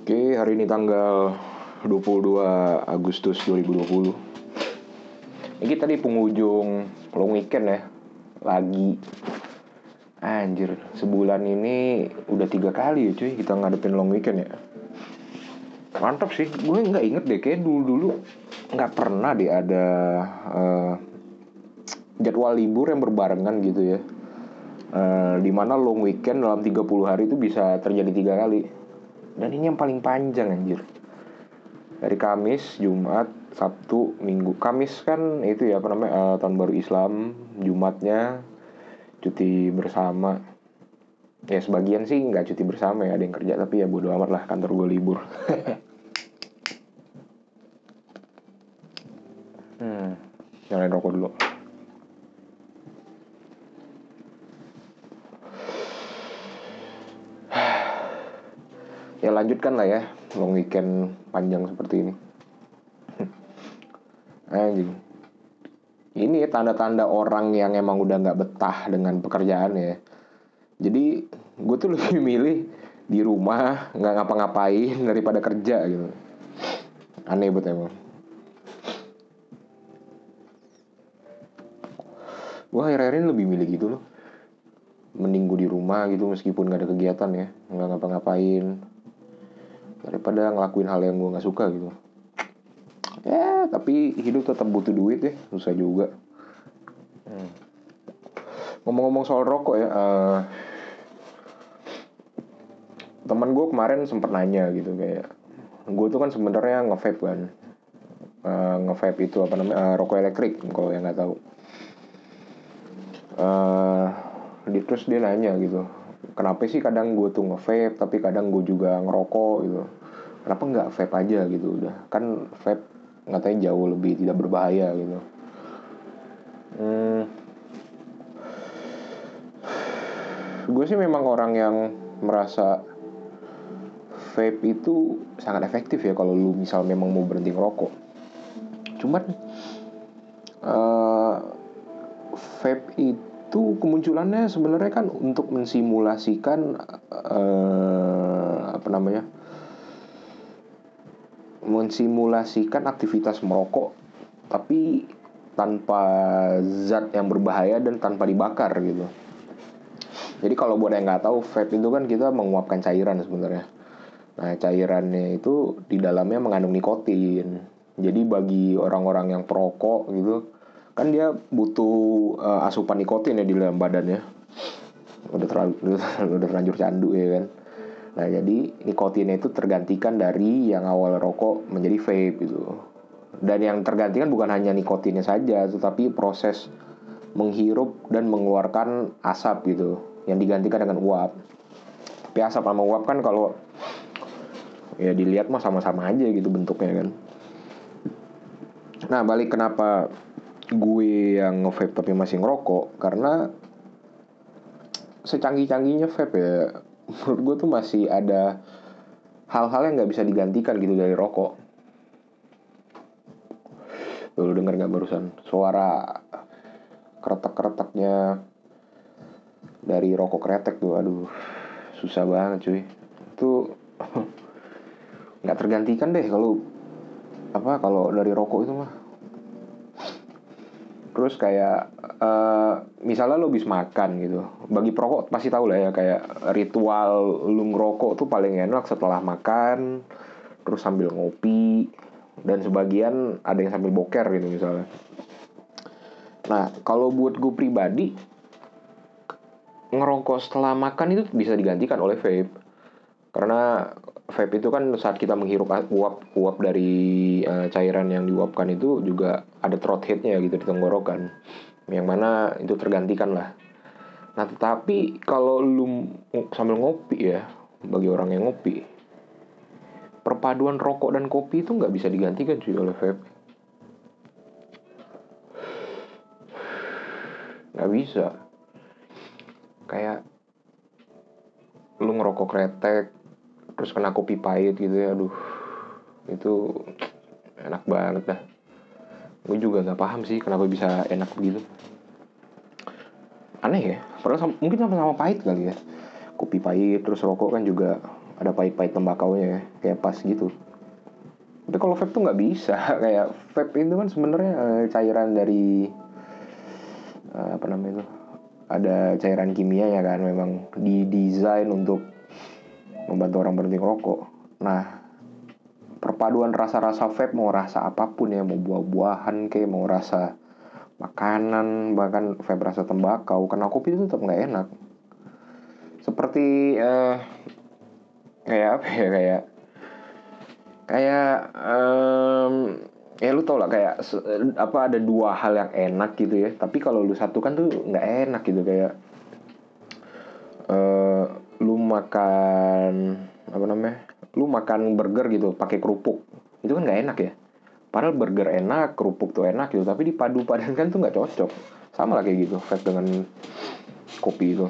Oke, hari ini tanggal 22 Agustus 2020. Ini kita di penghujung long weekend ya. Lagi. Anjir, sebulan ini udah 3 kali ya cuy kita ngadepin long weekend ya. Mantap sih, gue gak inget deh, kayak dulu-dulu gak pernah deh ada jadwal libur yang berbarengan gitu ya. Dimana long weekend dalam 30 hari itu bisa terjadi 3 kali. Dan ini yang paling panjang anjir. Dari Kamis, Jumat, Sabtu, Minggu. Kamis kan itu ya tahun baru Islam. Jumatnya cuti bersama. Ya sebagian sih nggak cuti bersama ya, ada yang kerja, tapi ya bodo amat lah, kantor gue libur. Nyalain rokok dulu. Ya lanjutkan lah ya long weekend panjang seperti ini. Anjing. Ini tanda-tanda orang yang emang udah gak betah dengan pekerjaan ya. Jadi gue tuh lebih milih di rumah gak ngapa-ngapain daripada kerja gitu. Aneh banget emang. Gue akhir-akhir ini lebih milih gitu loh. Mending gue di rumah gitu meskipun gak ada kegiatan ya, gak ngapa-ngapain, daripada ngelakuin hal yang gue gak suka gitu. Ya tapi hidup tetap butuh duit ya, susah juga. Ngomong-ngomong soal rokok ya, teman gue kemarin sempet nanya gitu, kayak gue tuh kan sebenarnya nge-vape kan. Nge-vape itu rokok elektrik kalau yang nggak tahu. Terus dia nanya gitu, kenapa sih kadang gue tuh nge-vape tapi kadang gue juga ngerokok gitu, kenapa nggak vape aja gitu, udah kan vape katanya jauh lebih tidak berbahaya gitu. Gue sih memang orang yang merasa vape itu sangat efektif ya kalau lu misal memang mau berhenti ngerokok. Cuman vape itu kemunculannya sebenarnya kan untuk mensimulasikan mensimulasikan aktivitas merokok tapi tanpa zat yang berbahaya dan tanpa dibakar gitu. Jadi kalau buat yang nggak tahu, vape itu kan kita menguapkan cairan sebenarnya. Nah, cairannya itu di dalamnya mengandung nikotin. Jadi bagi orang-orang yang perokok gitu, kan dia butuh asupan nikotin ya di dalam badannya. Udah terlanjur candu ya kan. Nah, jadi nikotinnya itu tergantikan dari yang awal rokok menjadi vape gitu. Dan yang tergantikan bukan hanya nikotinnya saja, tetapi proses menghirup dan mengeluarkan asap gitu, yang digantikan dengan uap. Tapi asap sama uap kan kalau ya dilihat mah sama-sama aja gitu bentuknya kan. Nah, balik kenapa gue yang nge-vape tapi masih ngerokok, karena secanggih-canggihnya vape ya, menurut gue tuh masih ada hal-hal yang gak bisa digantikan gitu dari rokok. Lu denger gak barusan suara keretak-keretaknya dari rokok kretek tuh? Aduh, susah banget cuy. Itu gak tergantikan deh kalau dari rokok itu mah. Terus kayak misalnya lo habis makan gitu, bagi perokok pasti tahu lah ya, kayak ritual lu ngerokok tuh paling enak setelah makan, terus sambil ngopi, dan sebagian ada yang sambil boker gitu misalnya. Nah, kalau buat gue pribadi, ngerokok setelah makan itu bisa digantikan oleh vape. Karena vape itu kan saat kita menghirup uap dari cairan yang diuapkan itu juga ada throat headnya gitu di tenggorokan, yang mana itu tergantikan lah. Nah, tetapi kalau lu sambil ngopi ya, bagi orang yang ngopi, perpaduan rokok dan kopi itu nggak bisa digantikan cuy oleh vape. Nggak bisa. Kayak lu ngerokok kretek terus kena kopi pahit gitu ya, aduh, itu enak banget dah. Gue juga nggak paham sih kenapa bisa enak begitu. Aneh ya, padahal mungkin sama-sama pahit kali ya. Kopi pahit terus rokok kan juga ada pahit-pahit tembakaunya ya, kayak pas gitu. Tapi kalau vape tuh nggak bisa. Kayak vape itu kan sebenarnya cairan dari apa namanya itu, ada cairan kimia ya kan, memang didesain untuk membantu orang berhenti ngerokok. Nah, perpaduan rasa-rasa vape, mau rasa apapun ya, mau buah-buahan kayak, mau rasa makanan, bahkan vape rasa tembakau, kena kopi itu tetap nggak enak. Seperti kayak apa ya, kayak ya lu tau lah, kayak apa, ada dua hal yang enak gitu ya, tapi kalau lu satukan tuh nggak enak gitu. Kayak lu makan apa namanya, lu makan burger gitu pakai kerupuk, itu kan nggak enak ya. Padahal burger enak, kerupuk tuh enak gitu, tapi dipadu-padankan tuh nggak cocok. Sama lah kayak gitu vape dengan kopi itu.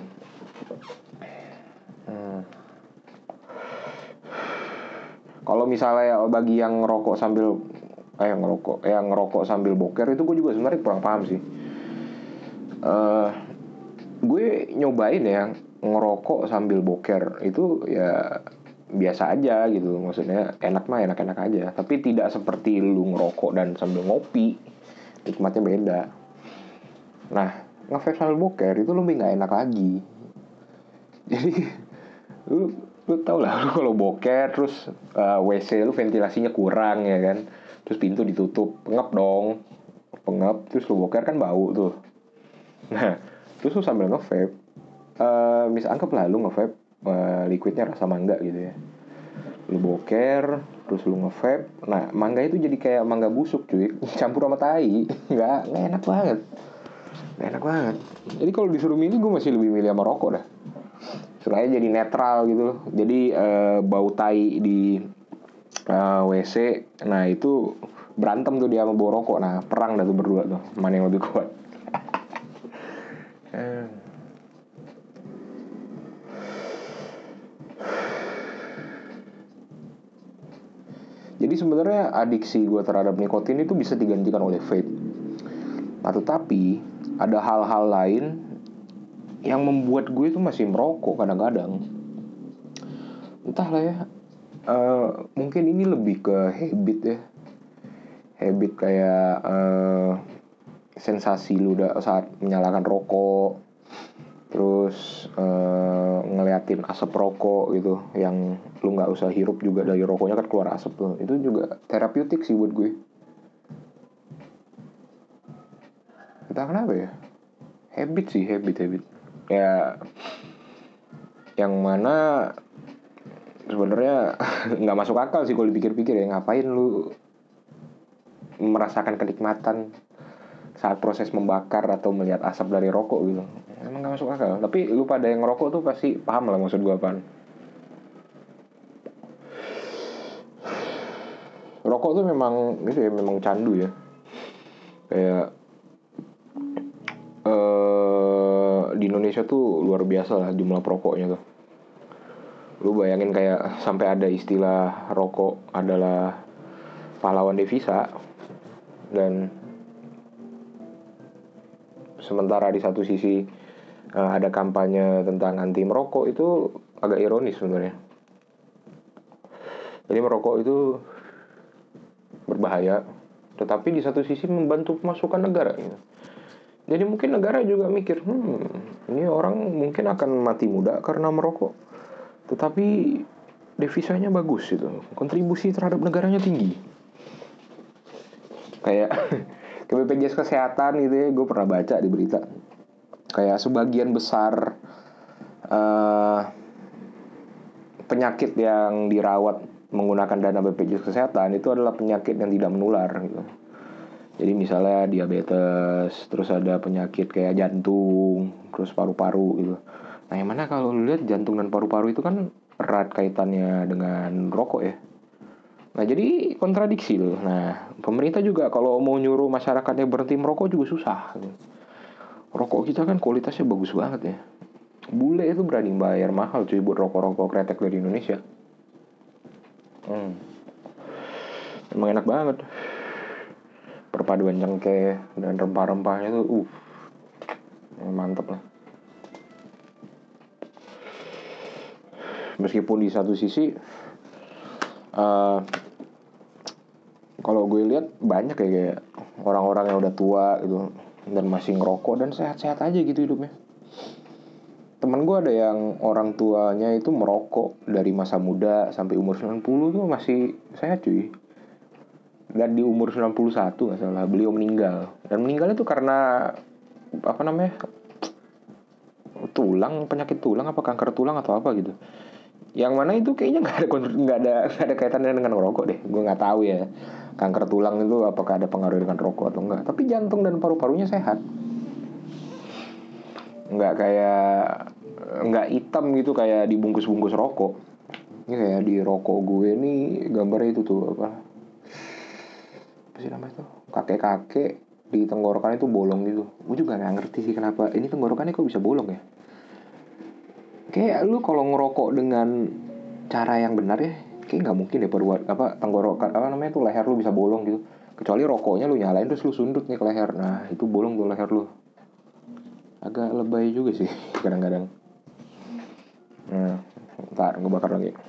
Kalau misalnya bagi yang ngerokok sambil ngerokok sambil boker, itu gue juga sebenarnya kurang paham sih. Gue nyobain ya ngerokok sambil boker itu ya biasa aja gitu, maksudnya enak mah enak-enak aja, tapi tidak seperti lu ngerokok dan sambil ngopi, nikmatnya beda. Nah, nge-vape sambil boker itu lebih nggak enak lagi. Jadi lu lu tau lah, lu kalau boker terus WC lu ventilasinya kurang ya kan, terus pintu ditutup, pengap dong, pengap, terus lu boker kan bau tuh. Nah, terus lu sambil nge-vape, anggaplah lu nge-vape liquidnya rasa mangga gitu ya, lu boker terus lu nge-vape, nah mangga itu jadi kayak mangga busuk cuy, campur sama tai. Nggak enak banget, nggak enak banget. Jadi kalau disuruh milih, gue masih lebih milih sama rokok dah. Soalnya jadi netral gitu. Jadi bau tai di WC, nah itu berantem tuh dia sama bau rokok. Nah, perang dah tuh berdua tuh, mana yang lebih kuat. Jadi sebenarnya adiksi gue terhadap nikotin itu bisa digantikan oleh vape. Nah, tetapi ada hal-hal lain yang membuat gue itu masih merokok kadang-kadang. Entahlah ya, mungkin ini lebih ke habit ya. Habit kayak sensasi lu udah saat menyalakan rokok, terus ngeliatin asap rokok gitu, yang lu nggak usah hirup juga dari rokoknya kan keluar asap tuh, itu juga terapeutik sih buat gue. Entah kenapa ya, habit sih, habit ya, yang mana sebenarnya nggak masuk akal sih kalau dipikir-pikir ya. Ngapain lu merasakan kenikmatan saat proses membakar atau melihat asap dari rokok gitu? Emang nggak masuk akal. Tapi lu pada yang ngerokok tuh pasti paham lah maksud gue apaan. Rokok tuh memang gitu ya, memang candu ya. Kayak di Indonesia tuh luar biasa lah jumlah perokoknya tuh. Lu bayangin kayak sampai ada istilah rokok adalah pahlawan devisa, dan sementara di satu sisi ada kampanye tentang anti merokok, itu agak ironis sebenarnya. Jadi merokok itu berbahaya, tetapi di satu sisi membantu pemasukan negara gitu. Jadi mungkin negara juga mikir, ini orang mungkin akan mati muda karena merokok, tetapi devisanya bagus itu, kontribusi terhadap negaranya tinggi. Kayak ke BPJS Kesehatan gitu ya, gue pernah baca di berita, kayak sebagian besar penyakit yang dirawat menggunakan dana BPJS Kesehatan itu adalah penyakit yang tidak menular gitu. Jadi misalnya diabetes, terus ada penyakit kayak jantung, terus paru-paru gitu. Nah, yang mana kalau lu lihat jantung dan paru-paru itu kan erat kaitannya dengan rokok ya. Nah, jadi kontradiksi loh. Nah, pemerintah juga kalau mau nyuruh masyarakatnya berhenti merokok juga susah gitu. Rokok kita kan kualitasnya bagus banget ya. Bule itu berani bayar mahal cuy buat rokok-rokok kretek dari Indonesia. Emang enak banget. Perpaduan cengkeh dan rempah-rempahnya tuh mantep lah. Meskipun di satu sisi kalau gue lihat banyak kayak orang-orang yang udah tua gitu dan masih ngerokok dan sehat-sehat aja gitu hidupnya. Temen gue ada yang orang tuanya itu merokok dari masa muda sampai umur 90 tuh masih sehat cuy. Dan di umur 91 gak salah beliau meninggal. Dan meninggalnya tuh karena apa namanya, penyakit tulang apa kanker tulang atau apa gitu. Yang mana itu kayaknya nggak ada kaitannya dengan rokok deh. Gue nggak tahu ya kanker tulang itu apakah ada pengaruh dengan rokok atau enggak. Tapi jantung dan paru-parunya sehat. Nggak hitam gitu kayak dibungkus-bungkus rokok. Ini kayak di rokok gue nih gambarnya itu tuh apa sih namanya tuh, kakek-kakek di tenggorokan itu bolong gitu. Gue juga nggak ngerti sih kenapa ini tenggorokannya kok bisa bolong ya. Kayak lu kalau ngerokok dengan cara yang benar ya, kayak nggak mungkin deh perbuat apa tenggorokan apa namanya tuh leher lu bisa bolong gitu. Kecuali rokoknya lu nyalain terus lu sundut nih ke leher. Nah itu bolong tuh leher lu. Agak lebay juga sih kadang-kadang. Nah, ntar gue bakar lagi.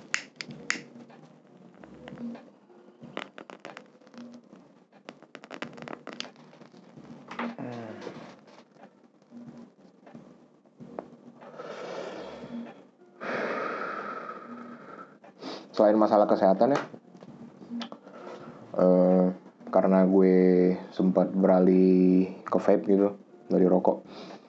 Selain masalah kesehatan ya, karena gue sempat beralih ke vape gitu dari rokok.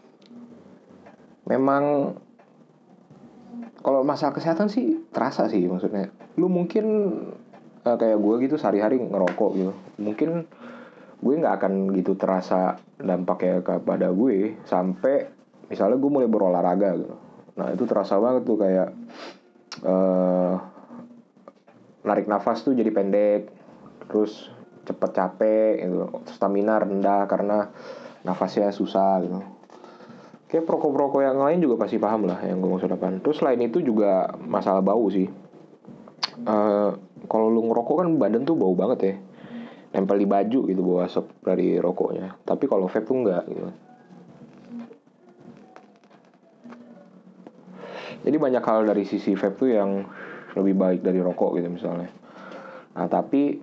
Memang kalau masalah kesehatan sih terasa sih, maksudnya lu mungkin kayak gue gitu sehari-hari ngerokok gitu, mungkin gue nggak akan gitu terasa dampaknya kepada gue sampai misalnya gue mulai berolahraga gitu. Nah itu terasa banget tuh kayak narik nafas tuh jadi pendek, terus cepet capek gitu, stamina rendah karena nafasnya susah gitu. Kayak perokok-perokok yang lain juga pasti paham lah yang gue maksud apa. Terus selain itu juga masalah bau sih. Kalau lu ngerokok kan badan tuh bau banget ya, nempel di baju gitu bau asap dari rokoknya. Tapi kalau vape tuh enggak gitu. Jadi banyak hal dari sisi vape tuh yang lebih baik dari rokok gitu misalnya. Nah tapi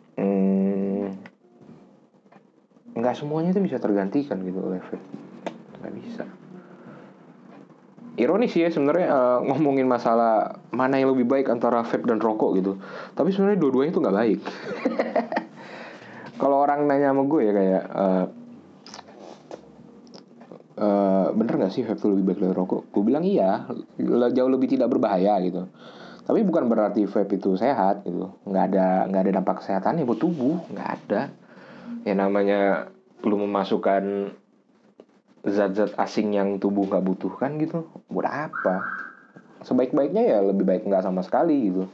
nggak semuanya itu bisa tergantikan gitu oleh vape. Nggak bisa. Ironis sih ya sebenarnya ngomongin masalah mana yang lebih baik antara vape dan rokok gitu. Tapi sebenarnya dua-duanya itu nggak baik. Kalau orang nanya sama gue ya kayak bener nggak sih vape itu lebih baik dari rokok? Gue bilang iya, jauh lebih tidak berbahaya gitu. Tapi bukan berarti vape itu sehat gitu. Nggak ada dampak kesehatannya buat tubuh, nggak ada. Ya namanya lu memasukkan zat-zat asing yang tubuh nggak butuhkan gitu, buat apa? Sebaik-baiknya ya lebih baik nggak sama sekali gitu.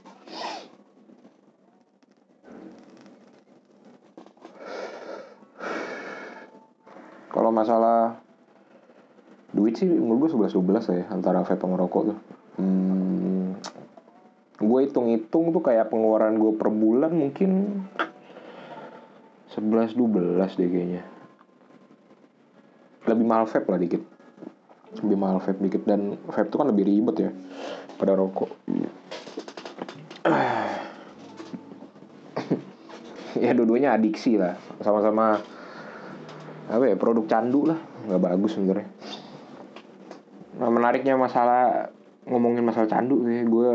Kalau masalah duit sih menurut gue 11-12 ya antara vape sama rokok tuh. Gue hitung-hitung tuh kayak pengeluaran gue per bulan mungkin 11-12 deh kayaknya. Lebih mahal vape lah dikit. Lebih mahal vape dikit. Dan vape tuh kan lebih ribet ya pada rokok. Ya dua-duanya adiksi lah. Sama-sama apa ya, produk candu lah. Gak bagus sebenarnya. Nah menariknya ngomongin masalah candu sih, gue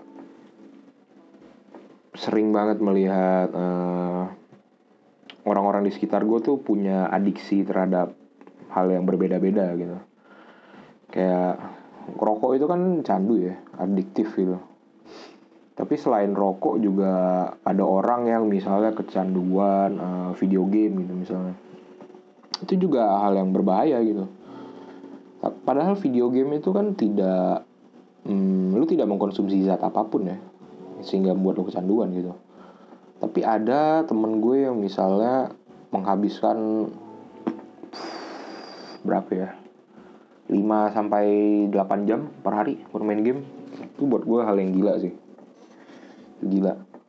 sering banget melihat orang-orang di sekitar gue tuh punya adiksi terhadap hal yang berbeda-beda gitu. Kayak rokok itu kan candu ya, adiktif gitu. Tapi selain rokok juga ada orang yang misalnya kecanduan video game gitu misalnya. Itu juga hal yang berbahaya gitu. Padahal video game itu kan lu tidak mengkonsumsi zat apapun ya, sehingga membuat lu kecanduan gitu. Tapi ada temen gue yang misalnya menghabiskan berapa ya, 5-8 jam per hari bermain game. Itu buat gue hal yang gila sih. Gila.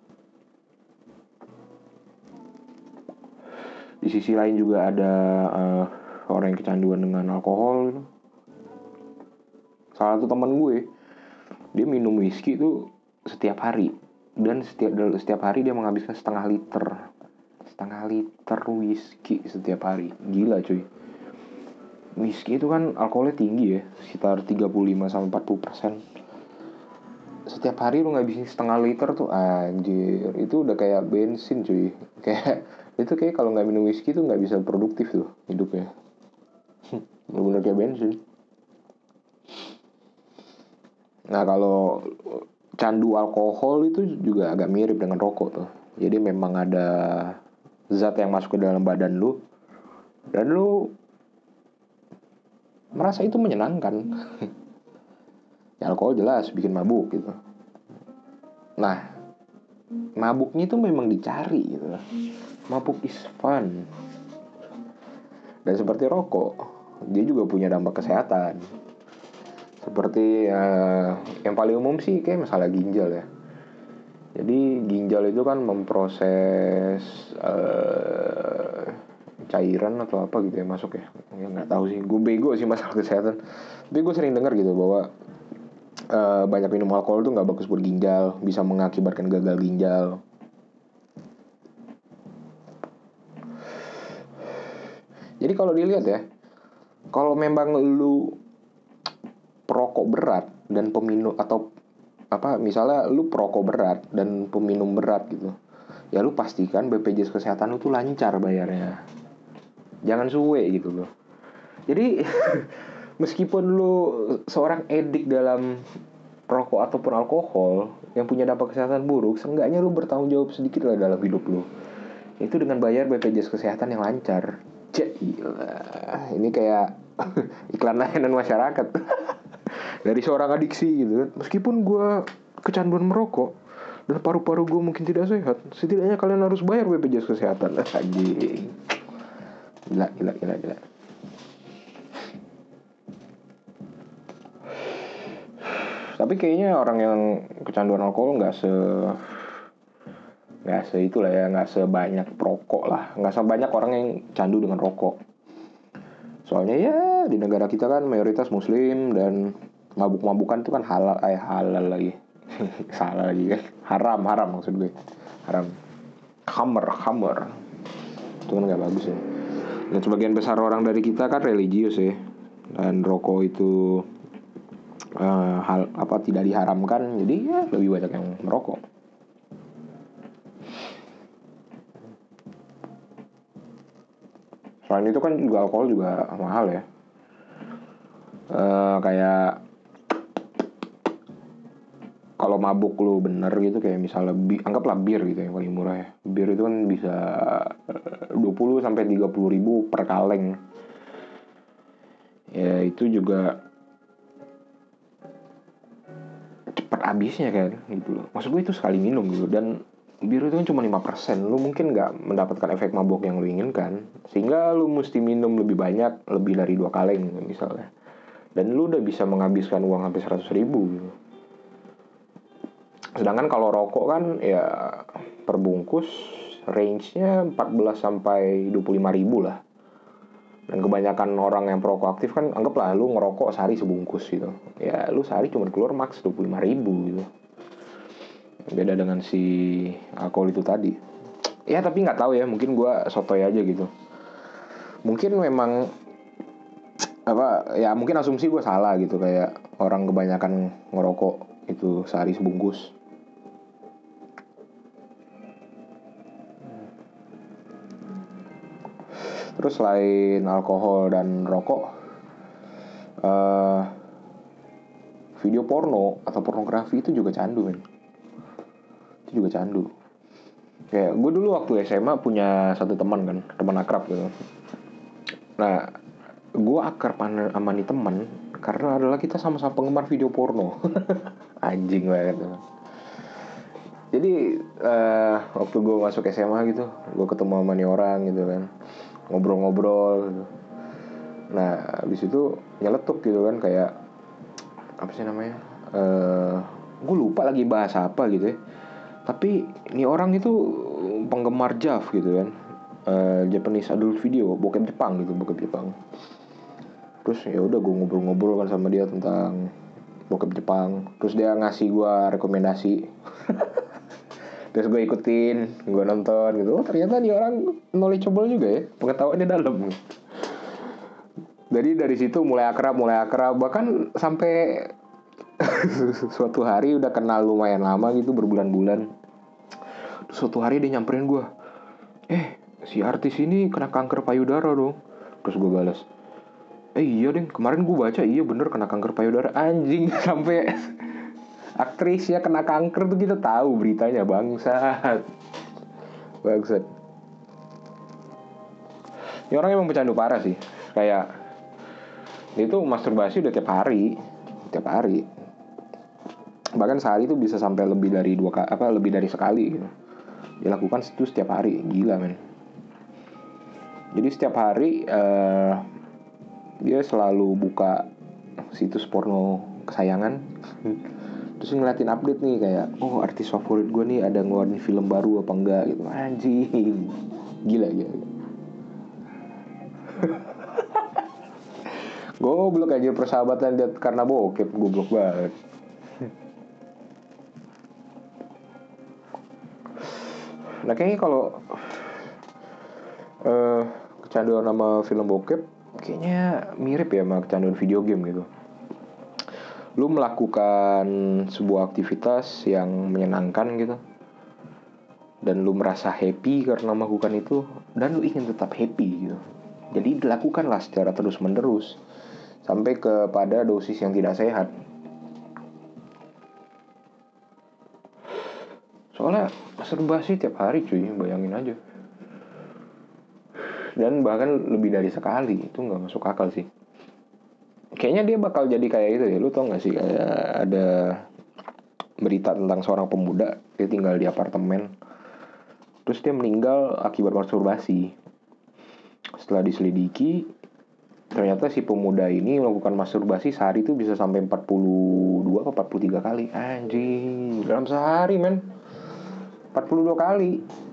Di sisi lain juga ada orang yang kecanduan dengan alkohol gitu. Salah satu teman gue Dia minum whisky itu setiap hari, dan setiap hari dia menghabiskan setengah liter whisky setiap hari. Gila cuy. Whisky itu kan alkoholnya tinggi ya, sekitar 35-40%. Setiap hari lu ngabisin setengah liter tuh, anjir, itu udah kayak bensin cuy. Kayak itu kayak kalau nggak minum whisky tuh nggak bisa produktif tuh hidupnya. Bener-bener kayak bensin. Nah kalau candu alkohol itu juga agak mirip dengan rokok tuh. Jadi memang ada zat yang masuk ke dalam badan lu, dan lu merasa itu menyenangkan. Ya, alkohol jelas bikin mabuk gitu. Nah, mabuknya itu memang dicari gitu. Mabuk is fun. Dan seperti rokok, dia juga punya dampak kesehatan. Seperti yang paling umum sih kayak masalah ginjal ya. Jadi ginjal itu kan memproses cairan atau apa gitu ya masuk ya. Ya nggak tahu sih, gue bego sih masalah kesehatan. Tapi gue sering dengar gitu bahwa banyak minum alkohol tuh nggak bagus buat ginjal, bisa mengakibatkan gagal ginjal. Jadi kalau dilihat ya, kalau memang lu perokok berat dan peminum atau apa misalnya lu perokok berat dan peminum berat gitu, ya lu pastikan BPJS kesehatan lu tuh lancar bayarnya, jangan suwe gitu loh. Jadi meskipun lu seorang edik dalam rokok ataupun alkohol yang punya dampak kesehatan buruk, seenggaknya lu bertanggung jawab sedikit lah dalam hidup lu, itu dengan bayar BPJS kesehatan yang lancar. Gila, ini kayak iklan layanan masyarakat. Dari seorang adiksi gitu kan. Meskipun gue kecanduan merokok dan paru-paru gue mungkin tidak sehat, setidaknya kalian harus bayar BPJS kesehatan. Anjing. Gila. Tapi kayaknya orang yang kecanduan alkohol nggak itulah ya, nggak sebanyak perokok lah, nggak sebanyak orang yang candu dengan rokok. Soalnya ya di negara kita kan mayoritas muslim dan mabuk-mabukan itu kan halal lagi. Salah lagi kan, haram maksud gue, haram. Khamer itu kan nggak bagus ya. Dan sebagian besar orang dari kita kan religius ya, dan rokok itu hal apa tidak diharamkan, jadi ya lebih banyak yang merokok. Selain itu kan juga alkohol juga mahal ya. Kayak kalau mabuk lu bener gitu, kayak misalnya anggaplah bir gitu yang paling murah ya. Bir itu kan bisa 20-30 ribu per kaleng. Ya itu juga cepet habisnya kan gitu loh. Maksud gue itu sekali minum gitu, dan bir itu kan cuma 5%. Lu mungkin gak mendapatkan efek mabuk yang lu inginkan, sehingga lu mesti minum lebih banyak, lebih dari 2 kaleng misalnya. Dan lu udah bisa menghabiskan uang hampir 100 ribu gitu. Sedangkan kalau rokok kan ya perbungkus range-nya 14-25 ribu lah. Dan kebanyakan orang yang perokok aktif kan, anggaplah lu ngerokok sehari sebungkus gitu. Ya lu sehari cuma keluar maks 25 ribu gitu. Beda dengan si alkohol itu tadi. Ya tapi gak tahu ya, mungkin gue sotoy aja gitu. Mungkin memang apa ya, mungkin asumsi gue salah gitu, kayak orang kebanyakan ngerokok itu sehari sebungkus. Terus selain alkohol dan rokok, video porno atau pornografi itu juga candu men. Itu juga candu. Kayak gue dulu waktu SMA punya satu teman kan, teman akrab gitu. Nah, gue akrab sama nih teman karena adalah kita sama-sama penggemar video porno. Anjing banget. Jadi waktu gue masuk SMA gitu, gue ketemu sama nih orang gitu kan, ngobrol-ngobrol gitu. Nah habis itu nyeletuk gitu kan, kayak apa sih namanya, gue lupa lagi bahas apa gitu ya. Tapi ini orang itu penggemar JAV gitu kan, Japanese adult video, bokep Jepang. Terus ya udah gue ngobrol-ngobrol kan sama dia tentang bokep Jepang. Terus dia ngasih gue rekomendasi. Terus gue ikutin, gue nonton gitu. Oh ternyata nih orang knowledgeable juga ya, pengetahuannya dalam. Jadi dari situ mulai akrab. Bahkan sampai suatu hari udah kenal lumayan lama gitu, berbulan-bulan. Terus suatu hari dia nyamperin gue, si artis ini kena kanker payudara dong. Terus gue balas, iya deh, kemarin gue baca iya bener kena kanker payudara. Anjing, sampai aktrisnya kena kanker tuh kita tahu beritanya. Bangsat. Ini orang emang pecandu parah sih. Kayak dia tuh masturbasi udah tiap hari. Bahkan sehari tuh bisa sampai lebih dari lebih dari sekali gitu. Dia lakukan itu setiap hari. Gila men. Jadi setiap hari dia selalu buka situs porno kesayangan. Terus ngeliatin update nih kayak, oh artis favorit gue nih ada ngeluarin film baru apa enggak gitu. Anjing. Gila. Goblok aja persahabatan dia karena bokep, goblok banget. Nah kayaknya kalau kecanduan sama film bokep kayaknya mirip ya sama kecanduan video game gitu. Lu melakukan sebuah aktivitas yang menyenangkan gitu, dan lu merasa happy karena melakukan itu, dan lu ingin tetap happy gitu. Jadi dilakukanlah secara terus menerus sampai kepada dosis yang tidak sehat. Soalnya masturbasi tiap hari cuy, bayangin aja. Dan bahkan lebih dari sekali, itu gak masuk akal sih. Kayaknya dia bakal jadi kayak itu ya. Lu tau gak sih kayak ada berita tentang seorang pemuda, dia tinggal di apartemen, terus dia meninggal akibat masturbasi. Setelah diselidiki, ternyata si pemuda ini melakukan masturbasi sehari itu bisa sampai 42 atau 43 kali. Anjing, dalam sehari men, 42 kali.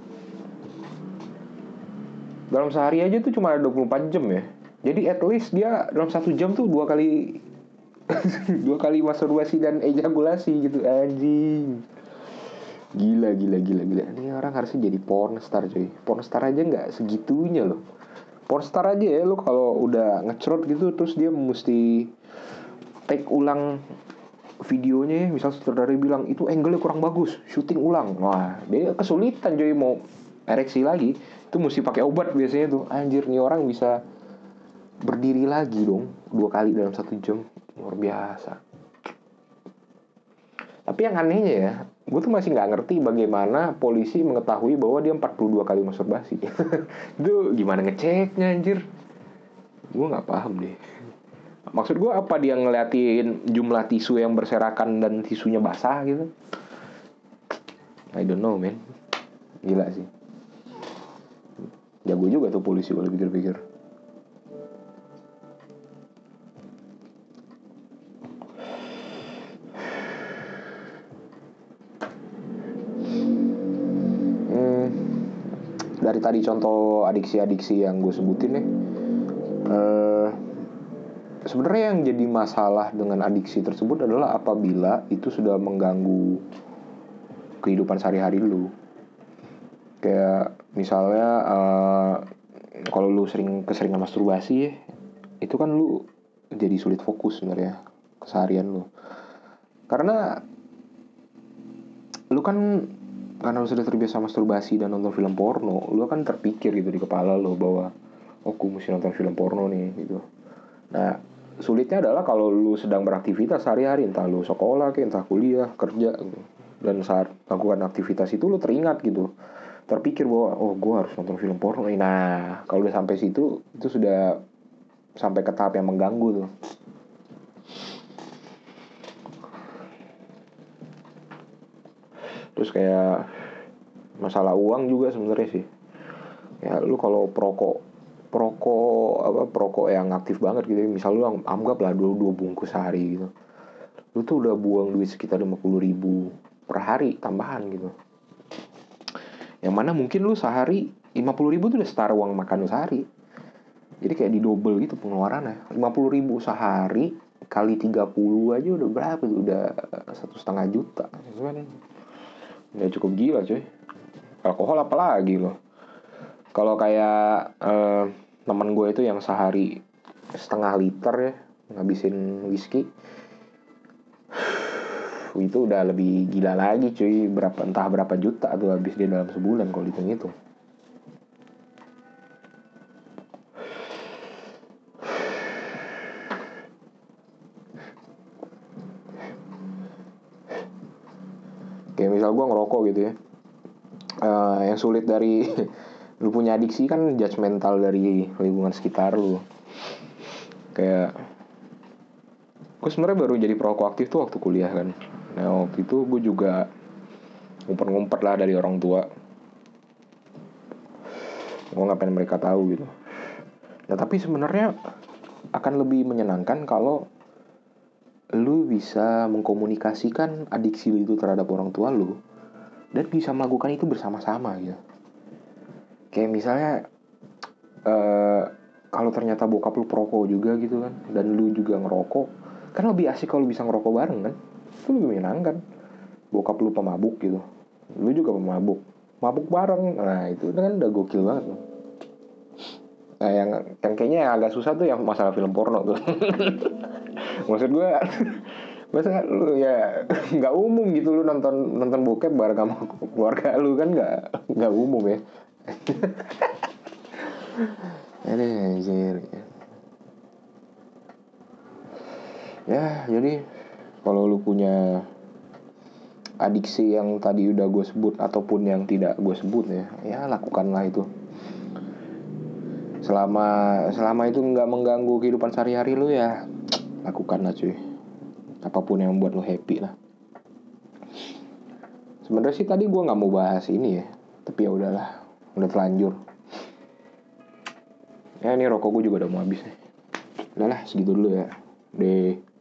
Dalam sehari aja tuh cuma ada 24 jam ya. Jadi at least dia dalam 1 jam tuh 2 kali dua kali masturbasi dan ejakulasi gitu. Anjing. Gila. Ini orang harusnya jadi pornstar cuy. Pornstar aja gak segitunya loh. Pornstar aja ya, lo kalau udah ngecrot gitu terus dia mesti take ulang videonya ya. Misal sutradara bilang itu angle-nya kurang bagus, syuting ulang. Wah, dia kesulitan cuy mau ereksi lagi. Itu mesti pakai obat biasanya tuh. Anjir, nih orang bisa berdiri lagi dong 2 kali dalam 1 jam. Luar biasa. Tapi yang anehnya ya, gue tuh masih gak ngerti bagaimana polisi mengetahui bahwa dia 42 kali masturbasi. Itu gimana ngeceknya anjir. Gue gak paham deh. Maksud gue apa dia ngeliatin jumlah tisu yang berserakan dan tisunya basah gitu? I don't know man. Gila sih. Jago juga tuh polisi kalau pikir-pikir. Dari tadi contoh adiksi-adiksi yang gue sebutin nih, sebenarnya yang jadi masalah dengan adiksi tersebut adalah apabila itu sudah mengganggu kehidupan sehari-hari lu. Kayak misalnya kalau lu keseringan masturbasi ya, itu kan lu jadi sulit fokus sebenarnya keseharian lu. Karena lu kan karena lu sudah terbiasa masturbasi dan nonton film porno, lu kan terpikir gitu di kepala lu bahwa gue mesti nonton film porno nih gitu. Nah, sulitnya adalah kalau lu sedang beraktivitas sehari-hari, entah lu sekolah, entah kuliah, kerja gitu. Dan saat melakukan aktivitas itu lu teringat gitu, terpikir bahwa gue harus nonton film porno. Nah, kalau udah sampai situ, itu sudah sampai ke tahap yang mengganggu tuh. Terus kayak masalah uang juga sebenarnya sih. Ya lu kalau perokok yang aktif banget gitu, misal lu anggaplah 2 bungkus sehari gitu, lu tuh udah buang duit sekitar 50.000 per hari tambahan gitu. Yang mana mungkin lu sehari 50.000 tuh udah setara uang makan lu sehari. Jadi kayak didouble gitu pengeluarannya. 50.000 sehari kali 30 aja udah berapa tuh, udah 1,5 juta kan. Ya cukup gila cuy. Alkohol apalagi loh. Kalau kayak teman gue itu yang sehari 0,5 liter ya ngabisin whisky, itu udah lebih gila lagi cuy. Entah berapa juta tuh habis dia dalam sebulan kalau dihitung. Kayak misal gue ngerokok gitu ya, yang sulit dari lu punya adiksi kan judgmental dari lingkungan sekitar lu. Kayak gue sebenarnya baru jadi perokok aktif tuh waktu kuliah kan. Nah waktu itu gue juga ngumpet-ngumpet lah dari orang tua. Gue nggak pengen mereka tahu gitu. Nah tapi sebenarnya akan lebih menyenangkan kalau lu bisa mengkomunikasikan adiksi lu itu terhadap orang tua lu dan bisa melakukan itu bersama-sama gitu. Kayak misalnya kalau ternyata bokap lu perokok juga gitu kan, dan lu juga ngerokok, kan lebih asik kalau bisa ngerokok bareng kan. Itu lebih menyenangkan. Bokap lu pemabuk gitu, lu juga pemabuk, mabuk bareng, nah itu kan udah gokil banget. Nah yang kayaknya yang agak susah tuh yang masalah film porno tuh. Maksud gue masa lu ya nggak umum gitu lu nonton nonton bokep bareng sama keluarga lu kan, nggak umum ya. Ini anjir. Ya jadi kalau lu punya adiksi yang tadi udah gue sebut ataupun yang tidak gue sebut ya lakukanlah itu. Selama itu nggak mengganggu kehidupan sehari-hari lu ya lakukanlah cuy. Apapun yang membuat lu happy lah. Sebenarnya sih tadi gue nggak mau bahas ini ya, tapi ya udahlah, udah telanjur. Ya ini rokok gue juga udah mau habis nih. Udahlah segitu dulu ya. Deh.